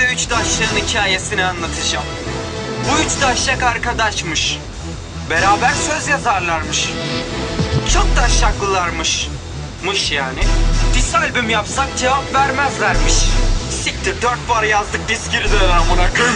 size 3 daşşağın hikayesini anlatacağım. Bu 3 daşşak arkadaşmış. Beraber söz yazarlarmış. Çok daşşaklılarmış. Mış yani. Diss albüm yapsak cevap vermezlermiş. Siktir 4 bar yazdık diss geri döner amına koyayım.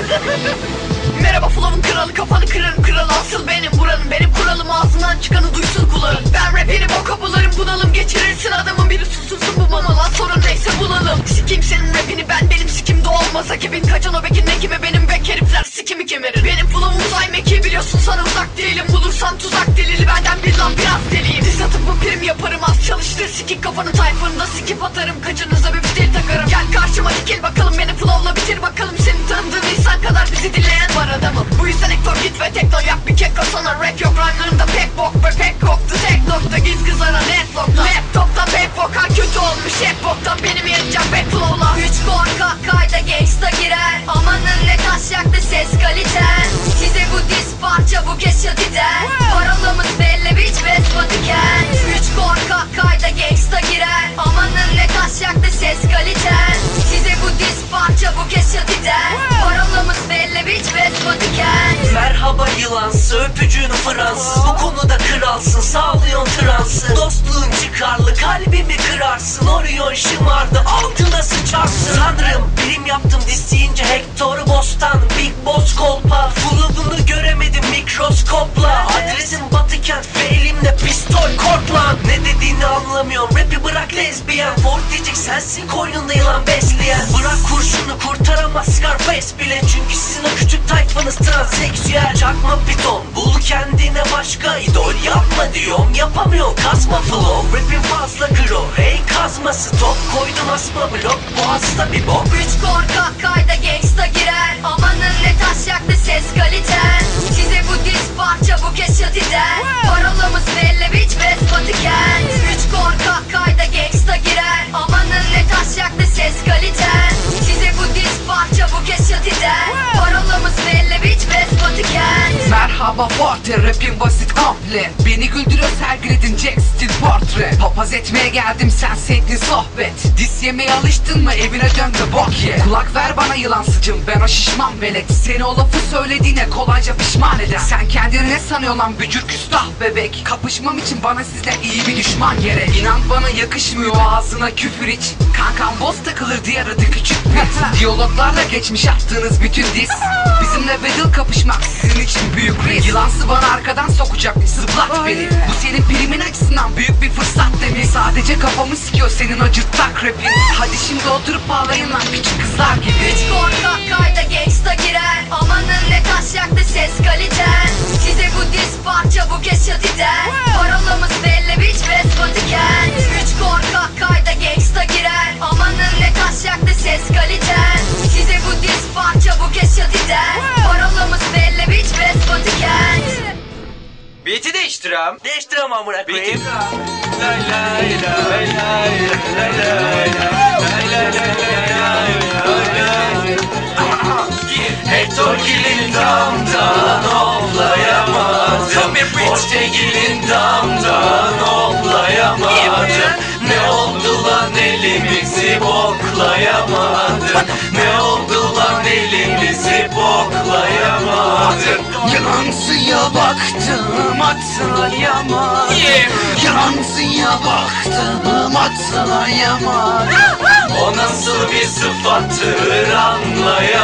Merhaba flow'un kralı, kafanı kırarım kralı, asıl benim buranın. Benim kuralım, ağzından çıkanı duysun kulağın. Ben rapinim, o kapılarım bunalım geçirirsin, adamın biri susursun bu mamalan, sorun neyse bulalım. Sikeyim senin rapini, ben benim sikimde olmaz ekibin. Kaçan o bekin ekimi, benim bek herifler sikimi kemerir. Benim flow'um uzay mekiği, biliyorsun sana uzak değilim. Bulursam tuzak delili, benden bir lan biraz deliyim. Diz atıp bu prim yaparım, az çalıştır sikik kafanı, tayfırında sikip atarım. Kaçınıza bir stil takarım, gel karşıma dikil bakalım. Beni flow'la bitir bakalım, senin tanıdığın insan kadar bizi dinleyen var adamım. Bu yüzden ektor git ve tekno yak bir keko, sana rap yok. Rhyme'larımda pek bok ve pek koktu, tek nokta giz kızlara net nokta. Laptopta pek vokal kötü olmuş, hep boktan benim yeneceğim back flow'la. 3 korkak kayda gangsta girer, amanın ne taş yaktı ses kaliten. Size bu diz parça bu kez şadiden, parolamız belli bitch ve spatiken. 3 korkak kayda gangsta girer, amanın ne taş yaktı ses kaliten. Size bu diz parça bu kez şadiden, parolamız belli bitch ve spatiken. Merhaba yılansı, öpücüğünü Fransız, bu konuda kralsın, sağlıyorsun transı. Dostluğun çıkarlı, kalbimi kırarsın. Orion şımardı, altına sıçarsın. Tanrım, bilim yaptım disteyince Hector Bostan, Big Boss kolpa. Flow'unu göremedim mikroskopla. Adresim Batıkent ve elimde pistol korklan. Ne dediğini anlamıyorum, rapi bırak lezbiyen. Forticik sensin koynunda yılan besleyen. Bırak kurşunu, kurtaramaz Scarface bile, çünkü sizin o küçük tayfanız transseksüel. Çakma piton, bul kendine başka idol, yapma diyorum yapamıyor, kasma flow. Rapin fazla kro, hey kazması top, koydum asma blok, bu hasta bir bok. 3 korkak kayda gangsta girer, amanın ne taş yaktı ses kaliten. Size bu diz parça bu kez şatiden, parolamız belli bitch ve spatiken. 3 korkak kayda gangsta girer, amanın ne taş yaktı ses kaliten. Size bu diz parça bu kez şatiden, parolamız belli bitch ve spatiken. Merhaba forte, rapim basit komple. Beni güldürüyor sergiledin Jack Stil portre. Papaz etmeye geldim, sen sevdin sohbet. Dis yemeye alıştın mı, evine dön de bok ye. Kulak ver bana yılansıcım, ben o şişman velet. Seni o lafı söylediğine kolayca pişman eder. Sen kendini ne sanıyor lan bücür küstah bebek. Kapışmam için bana sizden iyi bir düşman gerek. İnan bana yakışmıyor ağzına küfür iç. Kankam boz takılır diğer adı küçük bit. Diyaloglarla geçmiş attığınız bütün dis. Bizimle battle kapışmak sizin için büyük risk. Yılansı bana arkadan sokacak, zıplat beni. Bu senin primin açısından büyük bir fırsat demek. Sadece kafamı sikiyor senin o cırtlak rapin. Hadi şimdi oturup ağlayın lan küçük kızlar gibi. 3 korkak kayda gangsta girer, amanın ne taş yaktı ses kaliten. Size bu diz parça bu kez şatiden, parolamız belli bitch ve spatiken. 3 korkak kayda gangsta girer, amanın ne taş yaktı ses kaliten. Size bu diz parça bu kez şatiden, parolamız belli bitch ve spatiken. Beat'i değiştirem. Değiştiremem amına koyayım. Lay lay lay lay lay lay lay lay. Hector Gil'in damdan hoplayamadım. Ortegil'in damdan hoplayamadım. Ne oldu lan elimizi boklayamadım. Ne oldu lan elimizi boklayamadım. Yalansıya baktım atlayamadım. Yalansıya baktım atlayamadım. O nasıl bir sıfattır anlayamadım.